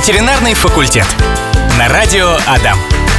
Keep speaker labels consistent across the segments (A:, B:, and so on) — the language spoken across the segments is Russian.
A: Ветеринарный факультет. На радио Адам.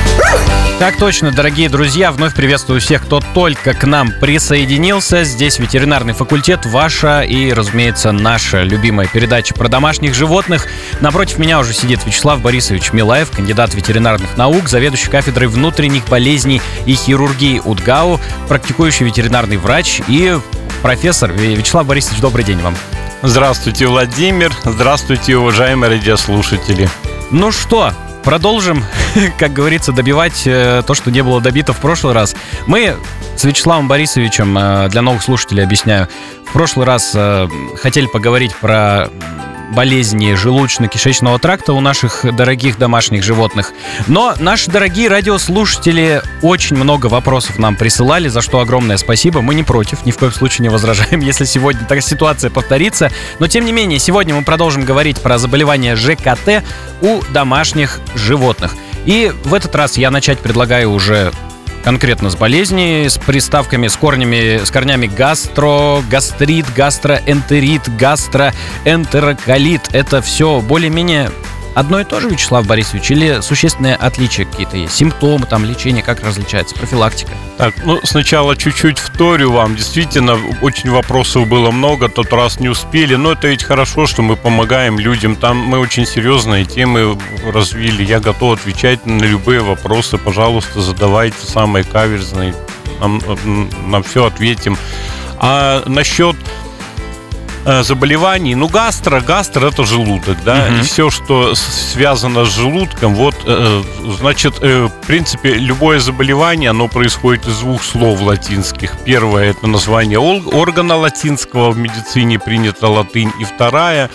B: Так точно, дорогие друзья, вновь приветствую всех, кто только к нам присоединился. Здесь ветеринарный факультет, ваша и, разумеется, наша любимая передача про домашних животных. Напротив меня уже сидит Вячеслав Борисович Милаев, кандидат ветеринарных наук, заведующий кафедрой внутренних болезней и хирургии УДГАУ, практикующий ветеринарный врач и профессор. Вячеслав Борисович, добрый день вам.
C: Здравствуйте, Владимир. Здравствуйте, уважаемые радиослушатели.
B: Ну что, продолжим, как говорится, добивать то, что не было добито в прошлый раз. Мы с Вячеславом Борисовичем, для новых слушателей объясняю, в прошлый раз хотели поговорить про болезни желудочно-кишечного тракта у наших дорогих домашних животных. Но наши дорогие радиослушатели очень много вопросов нам присылали, за что огромное спасибо. Мы не против, ни в коем случае не возражаем, если сегодня такая ситуация повторится. Но тем не менее, сегодня мы продолжим говорить про заболевания ЖКТ у домашних животных. И в этот раз я начать предлагаю уже конкретно с болезней, с приставками, с корнями гастро, гастрит, гастроэнтерит, гастроэнтероколит. Это все более-менее одно и то же, Вячеслав Борисович, или существенные отличия какие-то есть? Симптомы, там, лечение, как различается, профилактика?
C: Так, сначала чуть-чуть вторю вам. Действительно, очень вопросов было много, тот раз не успели. Но это ведь хорошо, что мы помогаем людям. Там мы очень серьезные темы развили. Я готов отвечать на любые вопросы. Пожалуйста, задавайте самые каверзные. На все ответим. А насчет заболеваний, гастро это желудок, да, и все, что связано с желудком, значит, в принципе, любое заболевание, оно происходит из двух слов латинских. Первое — это название органа латинского, в медицине принята латынь, и второе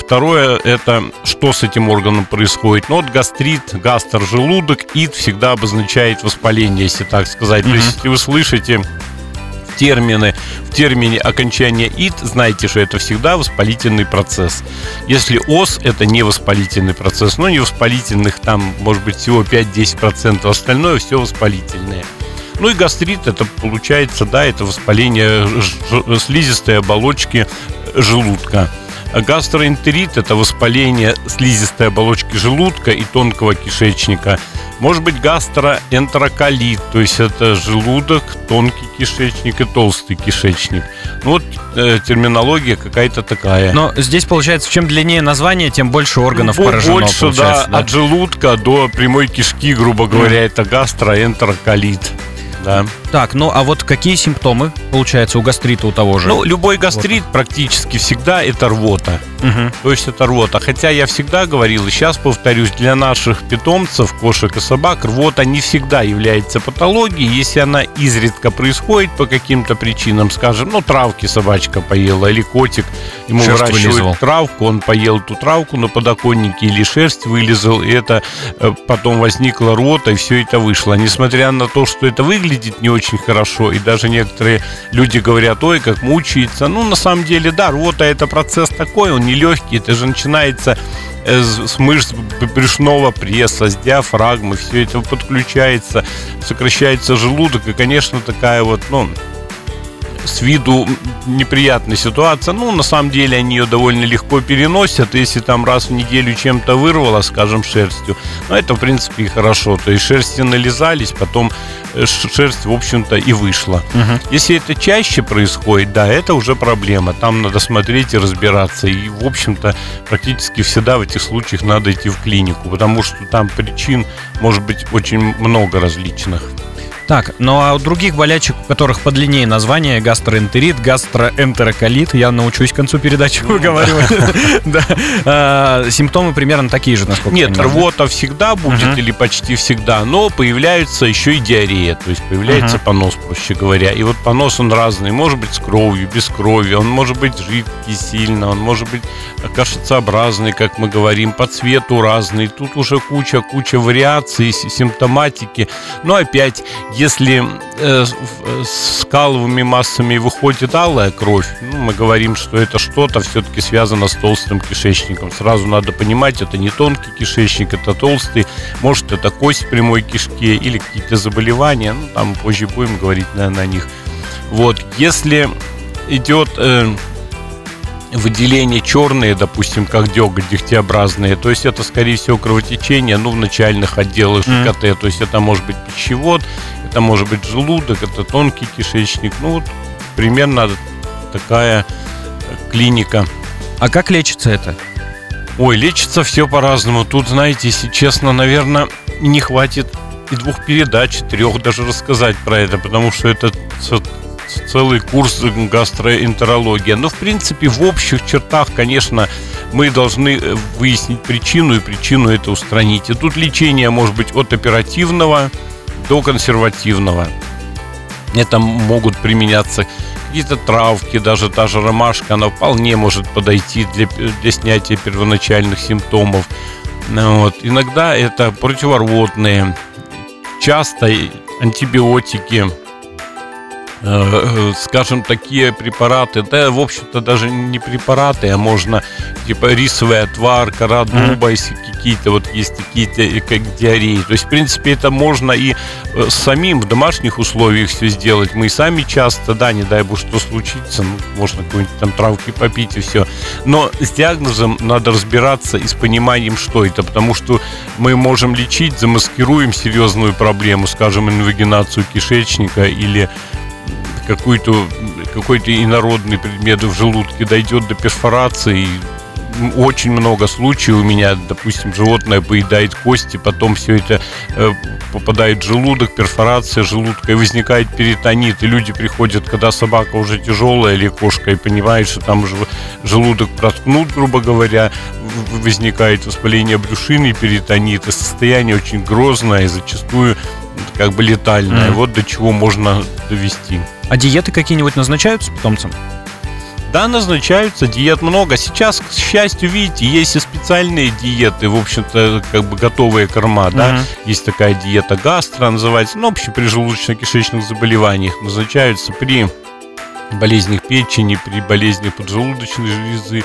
C: — это что с этим органом происходит. Гастрит, гастр, желудок, ит всегда обозначает воспаление, если так сказать. То есть, если вы слышите в термине окончания «ит», знайте, что это всегда воспалительный процесс. Если ос — это не воспалительный процесс, не воспалительных там, может быть, всего 5-10%, остальное все воспалительное. И гастрит — это получается, да, это воспаление слизистой оболочки желудка. Гастроэнтерит — это воспаление слизистой оболочки желудка и тонкого кишечника. Может быть гастроэнтероколит, то есть это желудок, тонкий кишечник и толстый кишечник. Терминология какая-то такая.
B: Но здесь получается, чем длиннее название, тем больше органов поражено.
C: Больше, да, от желудка до прямой кишки, грубо говоря, это гастроэнтероколит. Да.
B: Так, а вот какие симптомы, получается, у гастрита у того же?
C: Любой гастрит практически всегда это рвота. То есть это рвота. Хотя я всегда говорил, и сейчас повторюсь, для наших питомцев, кошек и собак, рвота не всегда является патологией. Если она изредка происходит по каким-то причинам, скажем, травки собачка поела, или котик, ему выращивают травку, он поел эту травку на подоконнике, или шерсть вылезал, и это потом возникла рвота, и все это вышло. Несмотря на то, что это выглядит не очень хорошо, и даже некоторые люди говорят: ой, как мучается. На самом деле, да, рвота — это процесс такой, он нелегкий, это же начинается с мышц брюшного пресса, с диафрагмы, все это подключается, сокращается желудок, и, конечно, такая с виду неприятная ситуация. На самом деле они ее довольно легко переносят. Если там раз в неделю чем-то вырвало, скажем, шерстью, это, в принципе, и хорошо. То есть шерсти нализались, потом шерсть, в общем-то, и вышла. Если это чаще происходит, да, это уже проблема. Там надо смотреть и разбираться. И, в общем-то, практически всегда в этих случаях надо идти в клинику, потому что там причин может быть очень много различных.
B: Так, а у других болячек, у которых подлиннее название, гастроэнтерит, гастроэнтероколит, я научусь к концу передачи выговаривать. Симптомы примерно такие же, насколько я понимаю.
C: Нет, рвота всегда будет или почти всегда, но появляется еще и диарея, то есть появляется понос, проще говоря. И понос он разный, может быть с кровью, без крови, он может быть жидкий сильно, он может быть кашицеобразный, как мы говорим, по цвету разный. Тут уже куча вариаций, симптоматики. Но опять, если с каловыми массами выходит алая кровь, мы говорим, что это что-то все-таки связано с толстым кишечником. Сразу надо понимать, это не тонкий кишечник, это толстый. Может, это кость в прямой кишке или какие-то заболевания. Там позже будем говорить, наверное, о них. Если идет выделения черные, допустим, как деготь, дегтеобразные. То есть это, скорее всего, кровотечение, в начальных отделах ЖКТ. То есть это может быть пищевод, это может быть желудок, это тонкий кишечник. Примерно такая клиника.
B: А как лечится это?
C: Ой, лечится все по-разному. Тут, знаете, если честно, наверное, не хватит и 2 передач, 3 даже рассказать про это, потому что это целый курс гастроэнтерологии. Но, в принципе, в общих чертах, конечно, мы должны выяснить причину, и причину это устранить. И тут лечение может быть от оперативного до консервативного. Это могут применяться какие-то травки, даже та же ромашка, она вполне может подойти для снятия первоначальных симптомов. Иногда это противорвотные, часто антибиотики, скажем, такие препараты, да, в общем-то, даже не препараты, а можно, типа, рисовый отвар, кора дуба, если какие-то есть какие-то, как диареи. То есть, в принципе, это можно и самим в домашних условиях все сделать. Мы и сами часто, да, не дай бог, что случится, можно какой-нибудь там травки попить и все. Но с диагнозом надо разбираться и с пониманием, что это, потому что мы можем лечить, замаскируем серьезную проблему, скажем, инвагинацию кишечника или какой-то инородный предмет в желудке дойдет до перфорации. Очень много случаев у меня, допустим, животное поедает кости, потом все это попадает в желудок, перфорация желудка, и возникает перитонит. И люди приходят, когда собака уже тяжелая или кошка, и понимают, что там желудок проткнут, грубо говоря, возникает воспаление брюшины, перитонит, и состояние очень грозное и зачастую как бы летальное. Вот до чего можно довести.
B: А диеты какие-нибудь назначаются питомцам?
C: Да, назначаются, диет много. Сейчас, к счастью, видите, есть и специальные диеты, в общем-то, как бы готовые корма, да. Есть такая диета гастро, называется, вообще при желудочно-кишечных заболеваниях назначаются при болезнях печени, при болезнях поджелудочной железы,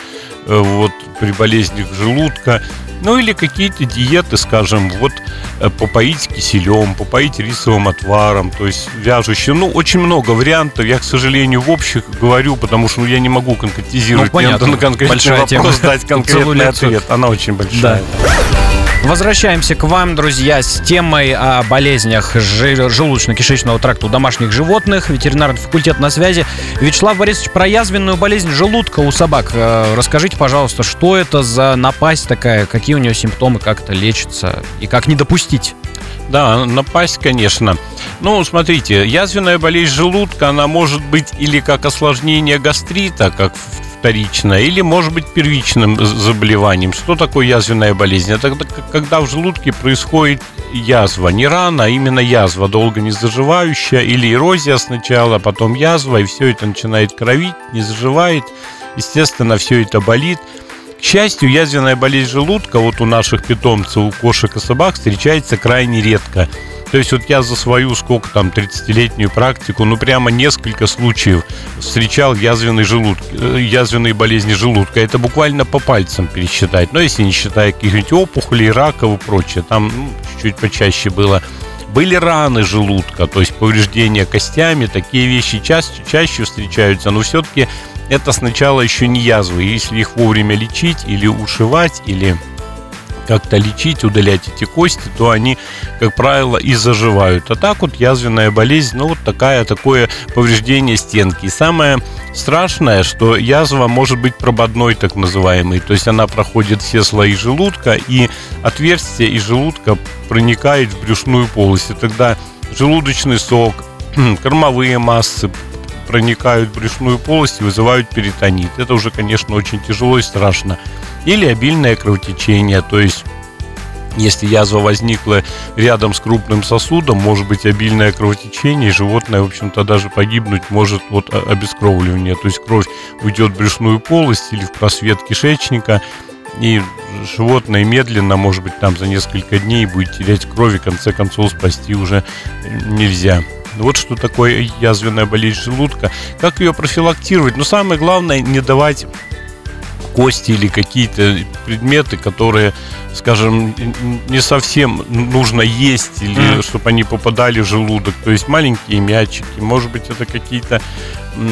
C: при болезнях желудка. Или какие-то диеты, скажем, попоить киселем, попоить рисовым отваром, то есть вяжущие. Очень много вариантов. Я, к сожалению, в общих говорю, потому что я не могу конкретизировать.
B: Понятно.
C: На конкретный вопрос дать конкретный ответ. Она очень большая.
B: Да. Возвращаемся к вам, друзья, с темой о болезнях желудочно-кишечного тракта у домашних животных. Ветеринарный факультет на связи. Вячеслав Борисович, про язвенную болезнь желудка у собак расскажите, пожалуйста, что это за напасть такая, какие у нее симптомы, как это лечится и как не допустить?
C: Да, напасть, конечно. Смотрите, язвенная болезнь желудка, она может быть или как осложнение гастрита, как вторичное, или может быть первичным заболеванием. Что такое язвенная болезнь? Это когда в желудке происходит язва. Не рана, а именно язва, долго не заживающая, или эрозия сначала, потом язва, и все это начинает кровить, не заживает. Естественно, все это болит. К счастью, язвенная болезнь желудка у наших питомцев, у кошек и собак встречается крайне редко. То есть я за свою 30-летнюю практику, прямо несколько случаев встречал язвенные болезни желудка. Это буквально по пальцам пересчитать. Но если не считая каких-нибудь опухолей, раков и прочее, там чуть-чуть почаще было. Были раны желудка, то есть повреждения костями, такие вещи чаще встречаются, но все-таки это сначала еще не язвы. Если их вовремя лечить или ушивать, или как-то лечить, удалять эти кости, то они, как правило, и заживают. А так язвенная болезнь, такое повреждение стенки. И самое страшное, что язва может быть прободной, так называемой. То есть она проходит все слои желудка, и отверстие из желудка проникает в брюшную полость. И тогда желудочный сок, кормовые массы проникают в брюшную полость и вызывают перитонит. Это уже, конечно, очень тяжело и страшно. Или обильное кровотечение, то есть если язва возникла рядом с крупным сосудом, может быть обильное кровотечение, и животное, в общем-то, даже погибнуть может от обескровливания. То есть кровь уйдет в брюшную полость или в просвет кишечника, и животное медленно, может быть, там за несколько дней будет терять кровь, и в конце концов спасти уже нельзя. Что такое язвенная болезнь желудка. Как ее профилактировать? Самое главное, не давать кости или какие-то предметы, которые, скажем, не совсем нужно есть, или чтобы они попадали в желудок. То есть маленькие мячики, может быть, это какие-то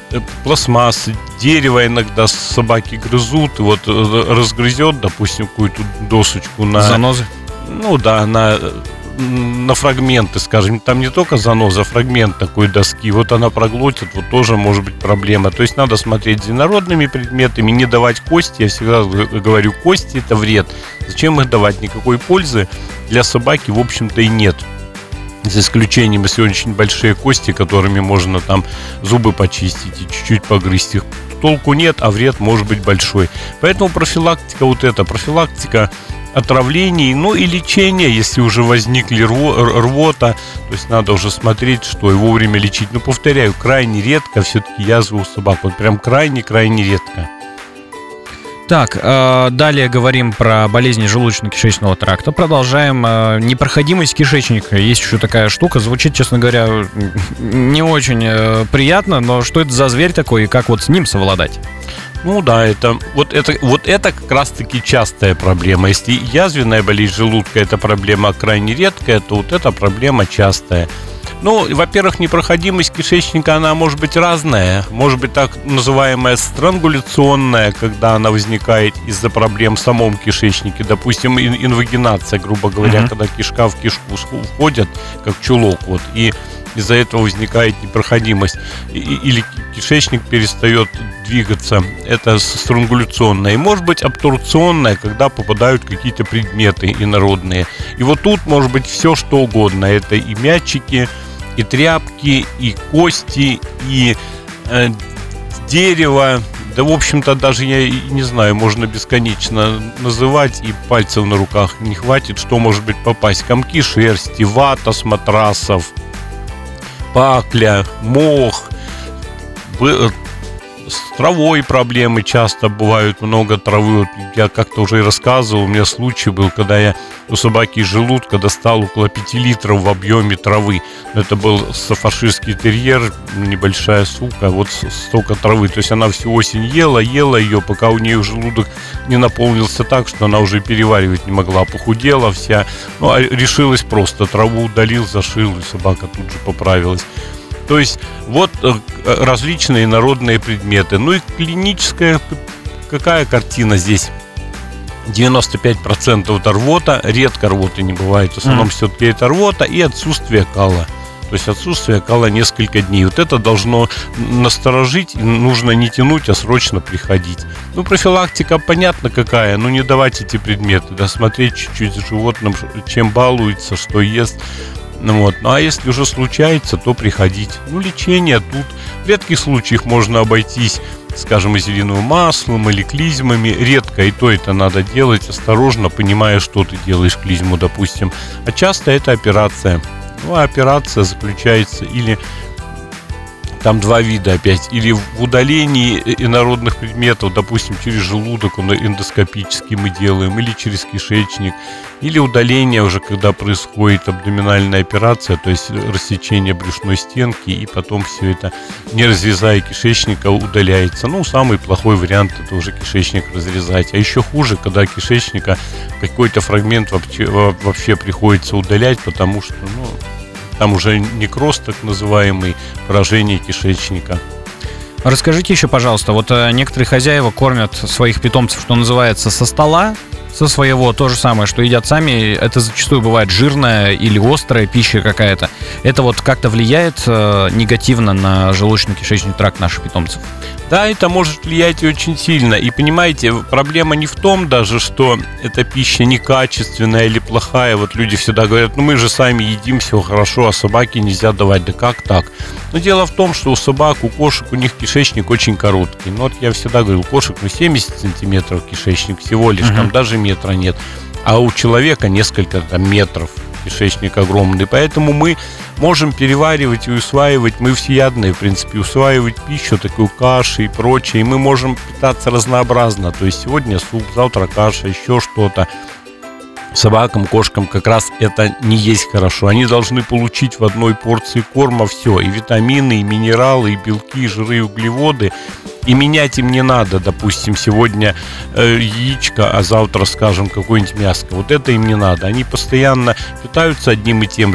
C: пластмассы, дерево иногда собаки грызут, и вот разгрызет, допустим, какую-то досочку на...
B: Занозы?
C: Ну да, на фрагменты, скажем, там не только заноза, а фрагмент такой доски, вот она проглотит, вот тоже может быть проблема. То есть надо смотреть за инородными предметами, не давать кости. Я всегда говорю, кости — это вред. Зачем их давать? Никакой пользы для собаки, в общем-то, и нет. За исключением, если очень большие кости, которыми можно там зубы почистить и чуть-чуть погрызть их, толку нет, а вред может быть большой. Поэтому профилактика отравлений, ну и лечение, если уже возникли рвота, то есть надо уже смотреть, что и вовремя лечить. Но, повторяю, крайне редко все-таки язвы у собак, вот прям крайне редко.
B: Так, далее говорим про болезни желудочно-кишечного тракта. Продолжаем. Непроходимость кишечника. Есть еще такая штука. Звучит, честно говоря, не очень приятно, но что это за зверь такой и как вот с ним совладать?
C: Ну да, это как раз-таки частая проблема. Если язвенная болезнь желудка — это проблема крайне редкая, то вот эта проблема частая. Ну, во-первых, непроходимость кишечника, она может быть разная. Может быть так называемая странгуляционная, когда она возникает из-за проблем в самом кишечнике. Допустим, инвагинация, грубо говоря, когда кишка в кишку входит, как чулок, вот, и из-за этого возникает непроходимость. Или кишечник перестает двигаться. Это странгуляционная. И может быть обтурционная, когда попадают какие-то предметы инородные. И вот тут может быть все, что угодно. Это и мячики, и тряпки, и кости, и дерево. Да, в общем-то, даже я не знаю, можно бесконечно называть, и пальцев на руках не хватит, что может быть попасть. Комки шерсти, вата с матрасов, пакля, мох. С травой проблемы часто бывают, много травы. Вот я как-то уже и рассказывал, у меня случай был, когда я у собаки из желудка достал около 5 литров в объеме травы. Это был стаффордширский терьер, небольшая сука, вот столько травы. То есть она всю осень ела ее, пока у нее желудок не наполнился так, что она уже переваривать не могла, похудела вся. Ну, а решилась просто, траву удалил, зашил, и собака тут же поправилась. То есть вот различные инородные предметы. Ну и клиническая, какая картина здесь? 95% это рвота, редко рвоты не бывает. В основном все-таки это рвота и отсутствие кала. То есть отсутствие кала несколько дней. Вот это должно насторожить, нужно не тянуть, а срочно приходить. Ну, профилактика понятно какая, но не давать эти предметы, да, смотреть чуть-чуть за животным, чем балуется, что ест. Вот. Ну а если уже случается, то приходить. Ну, лечение тут в редких случаях можно обойтись, скажем, азелиновым маслом или клизмами. Редко и то это надо делать осторожно, понимая, что ты делаешь клизму, допустим. А часто это операция. Ну, а операция заключается или... Там два вида опять. Или в удалении инородных предметов, допустим, через желудок, эндоскопически мы делаем, или через кишечник. Или удаление уже, когда происходит абдоминальная операция, то есть рассечение брюшной стенки, и потом все это, не разрезая кишечника, удаляется. Ну, самый плохой вариант — это уже кишечник разрезать. А еще хуже, когда кишечника какой-то фрагмент вообще приходится удалять, потому что, ну, там уже некроз, так называемый, поражение кишечника.
B: Расскажите еще, пожалуйста, вот некоторые хозяева кормят своих питомцев, что называется, со стола, со своего, то же самое, что едят сами. Это зачастую бывает жирная или острая пища какая-то. Это вот как-то влияет негативно на желудочно-кишечный тракт наших питомцев?
C: Да, это может влиять очень сильно. И понимаете, проблема не в том даже, что эта пища некачественная или плохая. Вот люди всегда говорят, ну мы же сами едим, все хорошо, а собаке нельзя давать. Да как так? Но дело в том, что у собак, у кошек, у них кишечник очень короткий. Ну вот я всегда говорю, у кошек 70 сантиметров кишечник всего лишь, там даже метра нет. А у человека несколько там метров. Кишечник огромный, поэтому мы можем переваривать и усваивать, мы всеядные, в принципе, усваивать пищу, такую каши и прочее, и мы можем питаться разнообразно, то есть сегодня суп, завтра каша, еще что-то. Собакам, кошкам как раз это не есть хорошо. Они должны получить в одной порции корма все, и витамины, и минералы, и белки, и жиры, и углеводы. И менять им не надо, допустим, сегодня яичко, а завтра, скажем, какое-нибудь мяско. Вот это им не надо. Они постоянно питаются одним и тем же.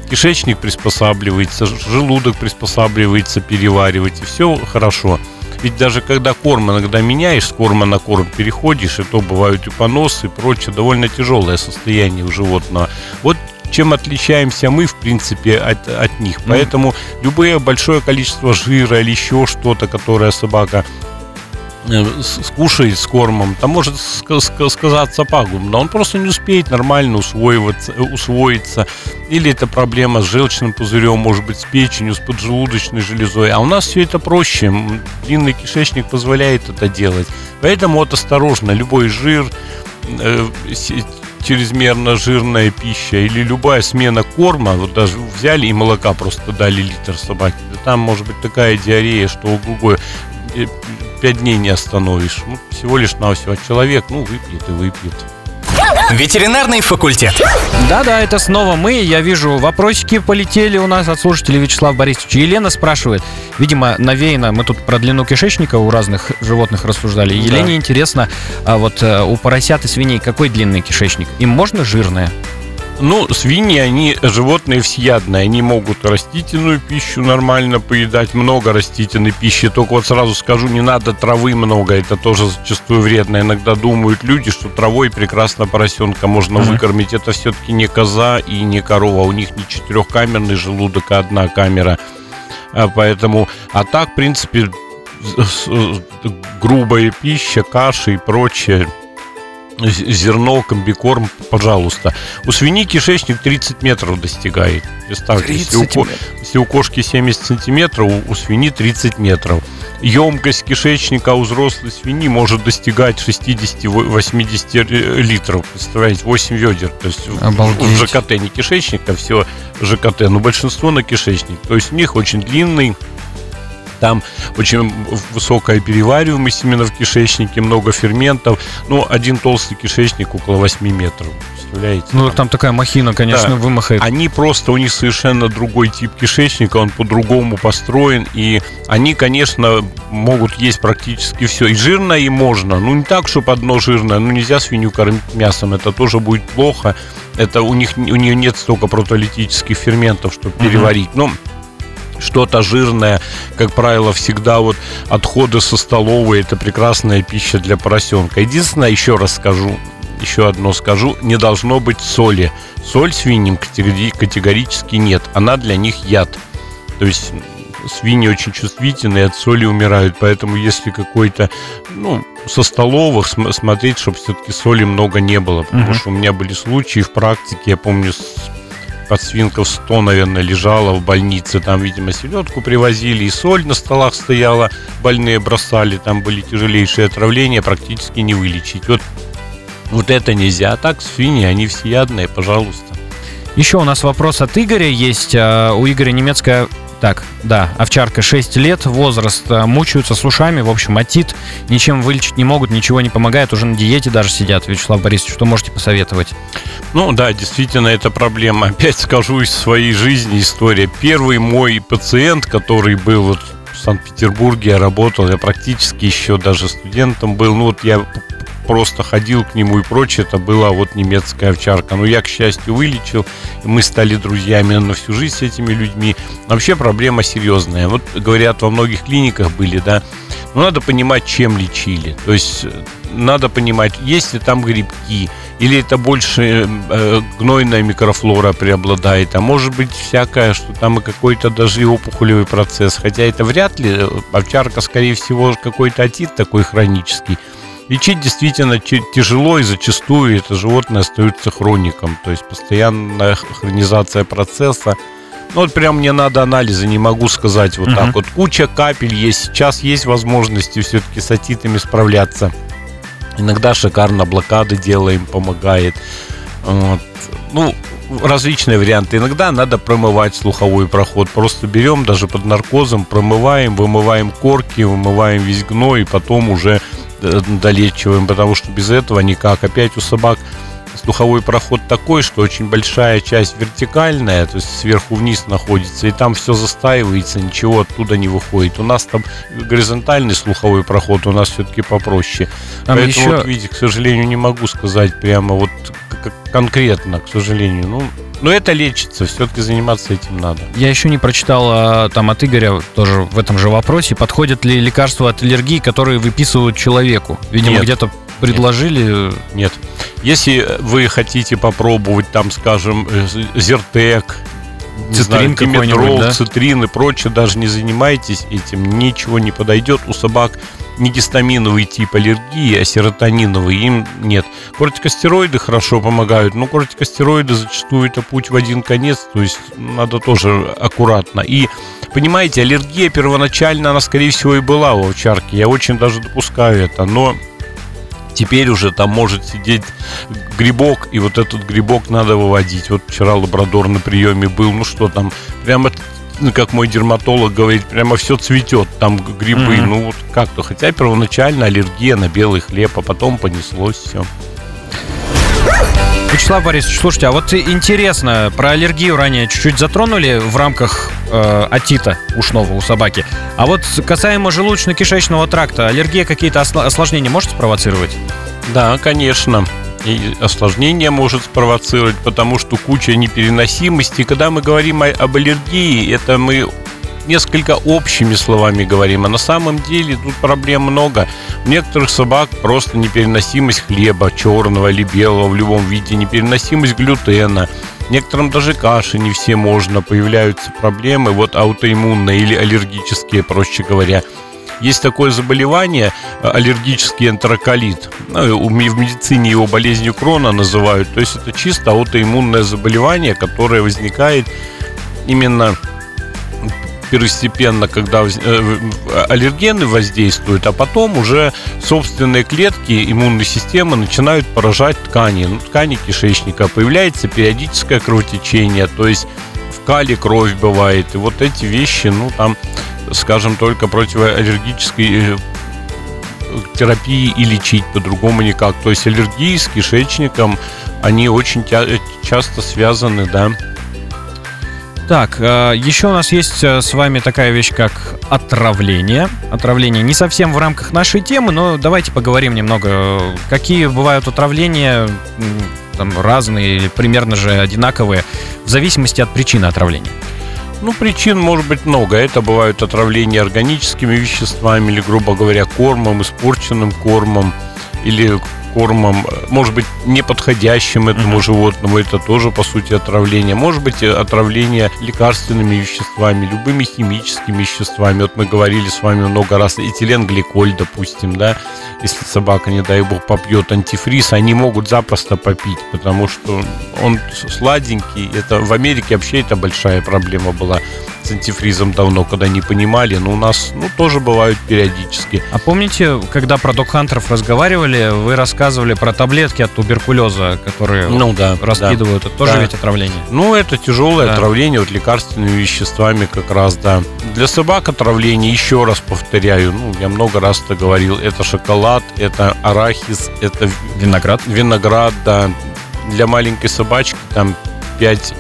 C: кишечник приспосабливается, желудок приспосабливается переваривать, и все хорошо. Ведь даже когда корм иногда меняешь, с корма на корм переходишь, и то бывают и поносы, и прочее, довольно тяжелое состояние у животного. Вот чем отличаемся мы, в принципе, от них. Поэтому любое большое количество жира или еще что-то, которое собака скушает с кормом, там может сказаться пагубно. Он просто не успеет нормально усвоиться. Или это проблема с желчным пузырем, может быть, с печенью, с поджелудочной железой. А у нас все это проще. Длинный кишечник позволяет это делать. Поэтому вот осторожно. Любой жир, чрезмерно жирная пища или любая смена корма, вот даже взяли и молока просто дали литр собаке, да там может быть такая диарея, что ого-го, 5 дней не остановишь. Всего лишь навсего. Человек, выпьет и выпьет.
A: Ветеринарный факультет.
B: Да, это снова мы. Я вижу, вопросики полетели у нас от слушателей. Вячеслав Борисович. Елена спрашивает, видимо, навеяно, мы тут про длину кишечника у разных животных рассуждали. Елене интересно, вот у поросят и свиней какой длинный кишечник? Им можно жирное?
C: Свиньи, они животные всеядные. Они могут растительную пищу нормально поедать, много растительной пищи. Только вот сразу скажу, не надо травы много. Это тоже зачастую вредно. Иногда думают люди, что травой прекрасно поросенка можно выкормить. Это все-таки не коза и не корова. У них не 4-камерный желудок, а 1 камера. Поэтому, так, в принципе, грубая пища, каши и прочее, зерно, комбикорм, пожалуйста. У свиньи кишечник 30 метров достигает. Представьте, если у кошки 70 сантиметров, у свиньи 30 метров. Емкость кишечника у взрослой свиньи может достигать 60-80 литров. Представляете, 8 ведер. То есть в ЖКТ, не кишечник, а все ЖКТ. Но большинство на кишечник. То есть у них очень длинный. Там очень высокая перевариваемость именно в кишечнике, много ферментов. Один толстый кишечник около 8 метров. Представляете?
B: Там такая махина, конечно, вымахает.
C: Они просто, у них совершенно другой тип кишечника, он по-другому построен. И они, конечно, могут есть практически все. И жирное им можно. Не так, чтобы одно жирное. Нельзя свинью кормить мясом. Это тоже будет плохо. Это у нее нет столько протеолитических ферментов, чтобы переварить. Что-то жирное, как правило, всегда отходы со столовой — это прекрасная пища для поросенка. Единственное, еще одно скажу, не должно быть соли. Соль свиньям категорически нет, она для них яд. То есть свиньи очень чувствительные, от соли умирают, поэтому если какой-то, со столовых смотреть, чтобы все-таки соли много не было, потому что у меня были случаи в практике, я помню, подсвинков 100, наверное, лежала в больнице. Там, видимо, селедку привозили, и соль на столах стояла, больные бросали, там были тяжелейшие отравления, практически не вылечить. Вот это нельзя. А так свиньи, они всеядные, пожалуйста.
B: Еще у нас вопрос от Игоря есть. У Игоря немецкая... овчарка 6 лет, возраст, мучаются с ушами, в общем, отит, ничем вылечить не могут, ничего не помогает, уже на диете даже сидят. Вячеслав Борисович, что можете посоветовать?
C: Действительно, это проблема. Опять скажу из своей жизни история. Первый мой пациент, который был в Санкт-Петербурге, я работал, я практически еще даже студентом был, я просто ходил к нему и прочее, это была немецкая овчарка. Я, к счастью, вылечил, и мы стали друзьями на всю жизнь с этими людьми. Вообще проблема серьезная. Говорят, во многих клиниках были, надо понимать, чем лечили. То есть надо понимать, есть ли там грибки, или это больше гнойная микрофлора преобладает, а может быть всякое, что там и какой-то даже и опухолевый процесс. Хотя это вряд ли. Овчарка, скорее всего, какой-то отит такой хронический. Лечить действительно тяжело, и зачастую это животное остается хроником. То есть постоянная хронизация процесса. Прям мне надо анализы, не могу сказать так. Куча капель есть. Сейчас есть возможности все-таки с отитами справляться. Иногда шикарно блокады делаем, помогает. Различные варианты. Иногда надо промывать слуховой проход. Просто берем даже под наркозом, промываем, вымываем корки, вымываем весь гной, и потом уже долечиваем, потому что без этого никак. Опять у собак слуховой проход такой, что очень большая часть вертикальная, то есть сверху вниз находится, и там все застаивается, ничего оттуда не выходит. У нас там горизонтальный слуховой проход, у нас все-таки попроще.
B: Там
C: Поэтому,
B: еще...
C: вот, видите, к сожалению, не могу сказать прямо вот конкретно, к сожалению. Но это лечится, все-таки заниматься этим надо.
B: Я еще не прочитал там от Игоря тоже в этом же вопросе, подходят ли лекарства от аллергии, которые выписывают человеку. Видимо,
C: Нет.
B: где-то предложили.
C: Нет. Если вы хотите попробовать, там, скажем, Зертек,
B: Цитрин какой-нибудь,
C: Диметрол,
B: да?
C: цитрин и прочее, даже не занимайтесь этим, ничего не подойдет. У собак не гистаминовый тип аллергии, а серотониновый, им нет. Кортикостероиды хорошо помогают, но кортикостероиды зачастую это путь в один конец, то есть надо тоже аккуратно. И, понимаете, аллергия первоначально, она, скорее всего, и была у овчарки, я очень даже допускаю это, но теперь уже там может сидеть грибок, и вот этот грибок надо выводить. Вот вчера лабрадор на приеме был, ну что там, прямо, как мой дерматолог говорит, прямо все цветет, там грибы, ну вот как-то. Хотя первоначально аллергия на белый хлеб, а потом понеслось все.
B: Вячеслав Борисович, слушайте, а вот интересно, про аллергию ранее чуть-чуть затронули в рамках отита ушного у собаки. А вот касаемо желудочно-кишечного тракта, аллергия какие-то осложнения может спровоцировать?
C: Да, конечно. И осложнение может спровоцировать, потому что куча непереносимости. Когда мы говорим об аллергии, это мы несколько общими словами говорим, а на самом деле тут проблем много. У некоторых собак просто непереносимость хлеба, черного или белого в любом виде, непереносимость глютена. Некоторым даже каши не все можно, появляются проблемы, вот аутоиммунные или аллергические, проще говоря. Есть такое заболевание, аллергический энтероколит. В медицине его болезнью Крона называют. То есть это чисто аутоиммунное заболевание, которое возникает именно первостепенно, когда аллергены воздействуют, а потом уже собственные клетки иммунной системы начинают поражать ткани, ткани кишечника. Появляется периодическое кровотечение, то есть в кале кровь бывает. И вот эти вещи, там, скажем, только противоаллергической терапии и лечить по-другому никак. То есть аллергии с кишечником, они очень часто связаны, да.
B: Так, еще у нас есть с вами такая вещь, как отравление. Отравление не совсем в рамках нашей темы, но давайте поговорим немного, какие бывают отравления, там, разные или примерно же одинаковые, в зависимости от причины отравления.
C: Причин может быть много. Это бывают отравления органическими веществами или, грубо говоря, кормом, испорченным кормом или кормом, может быть, неподходящим этому животному. Это тоже, по сути, отравление. Может быть, отравление лекарственными веществами, любыми химическими веществами. Вот мы говорили с вами много раз, этиленгликоль, допустим, да. Если собака, не дай бог, попьет антифриз, они могут запросто попить, потому что он сладенький. Это в Америке вообще это большая проблема была с антифризом давно, когда не понимали, но у нас тоже бывают периодически.
B: А помните, когда про док-хантеров разговаривали, вы рассказывали про таблетки от туберкулеза, которые раскидывают, это тоже ведь отравление?
C: Это тяжелое отравление вот лекарственными веществами как раз, да. Для собак отравление, еще раз повторяю, я много раз это говорил, это шоколад, это арахис, это виноград, да. Для маленькой собачки там 5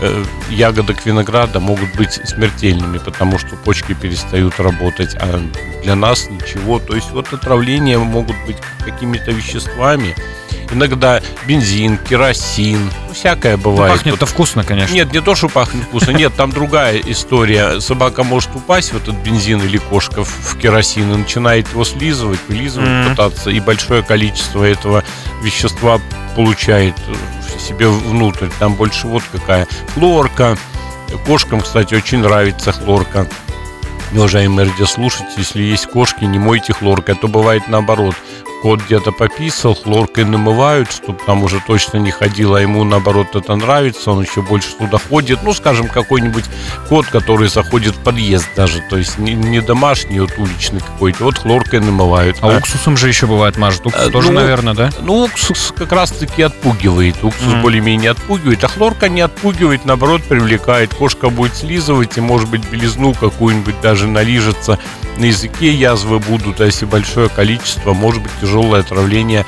C: ягодок винограда могут быть смертельными, потому что почки перестают работать, а для нас ничего. То есть вот отравления могут быть какими-то веществами. Иногда бензин, керосин, всякое бывает.
B: Пахнет-то вкусно, конечно.
C: Нет, не то, что пахнет вкусно. Нет, там другая история. Собака может упасть в этот бензин или кошка в керосин и начинает его слизывать, вылизывать, пытаться, и большое количество этого вещества получает себе внутрь. Там больше вот какая. Хлорка. Кошкам, кстати, очень нравится хлорка. Уважаемые радиослушатели, если есть кошки, не мойте хлоркой, а то бывает наоборот. Кот где-то пописал, хлоркой намывают, чтобы там уже точно не ходил, а ему наоборот это нравится, он еще больше туда ходит. Скажем, какой-нибудь кот, который заходит в подъезд даже, то есть не домашний, вот уличный какой-то, вот хлоркой намывают.
B: А уксусом же еще бывает мажут, уксус тоже, наверное, да?
C: Уксус как раз-таки отпугивает, уксус более-менее отпугивает, а хлорка не отпугивает, наоборот привлекает. Кошка будет слизывать и, может быть, белизну какую-нибудь даже налижется, на языке язвы будут, а если большое количество, может быть тяжелое отравление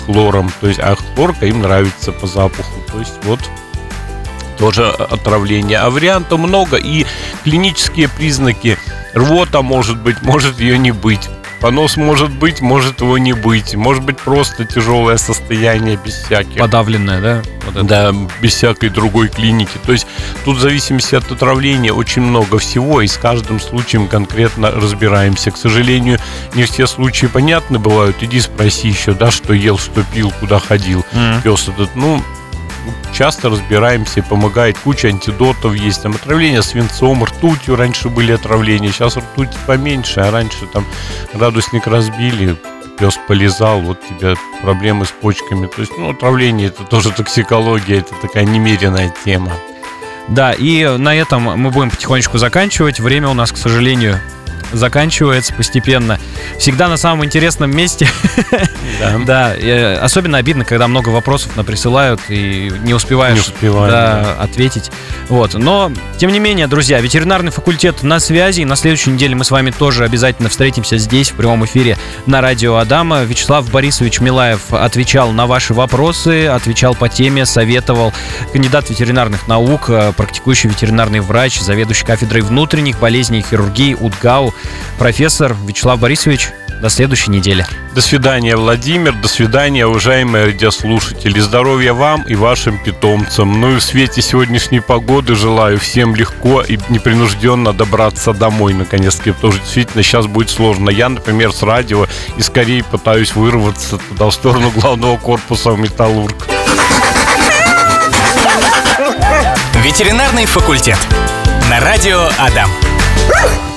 C: хлором. То есть, а хлорка им нравится по запаху. То есть, вот тоже отравление. А вариантов много, и клинические признаки: рвота может быть, может ее не быть. Понос может быть, может его не быть. Может быть просто тяжелое состояние без всяких...
B: Подавленное, да? Вот это.
C: Да, без всякой другой клиники. То есть тут в зависимости от отравления очень много всего, и с каждым случаем конкретно разбираемся. К сожалению, не все случаи понятны бывают. Иди спроси еще, да, что ел, что пил, куда ходил пес этот. Часто разбираемся и помогает. Куча антидотов есть. Там отравление свинцом, ртутью раньше были отравления. Сейчас ртуть поменьше, а раньше там градусник разбили, пес полезал, вот тебе проблемы с почками. То есть, отравление — это тоже токсикология, это такая немеренная тема.
B: Да, и на этом мы будем потихонечку заканчивать. Время у нас, к сожалению, заканчивается постепенно. Всегда на самом интересном месте. Да, особенно обидно, когда много вопросов присылают и не успеваешь ответить. Вот. Но, тем не менее, друзья, ветеринарный факультет на связи. И на следующей неделе мы с вами тоже обязательно встретимся здесь, в прямом эфире на радио Адам. Вячеслав Борисович Милаев отвечал на ваши вопросы, отвечал по теме, советовал. Кандидат ветеринарных наук, практикующий ветеринарный врач, заведующий кафедрой внутренних болезней и хирургии УДГАУ. Профессор Вячеслав Борисович, до следующей недели.
C: До свидания, Владимир. До свидания, уважаемые радиослушатели. Здоровья вам и вашим питомцам. И в свете сегодняшней погоды желаю всем легко и непринужденно добраться домой, наконец-таки. Потому что действительно сейчас будет сложно. Я, например, с радио и скорее пытаюсь вырваться туда, в сторону главного корпуса в Металлург.
A: Ветеринарный факультет. На радио Адам.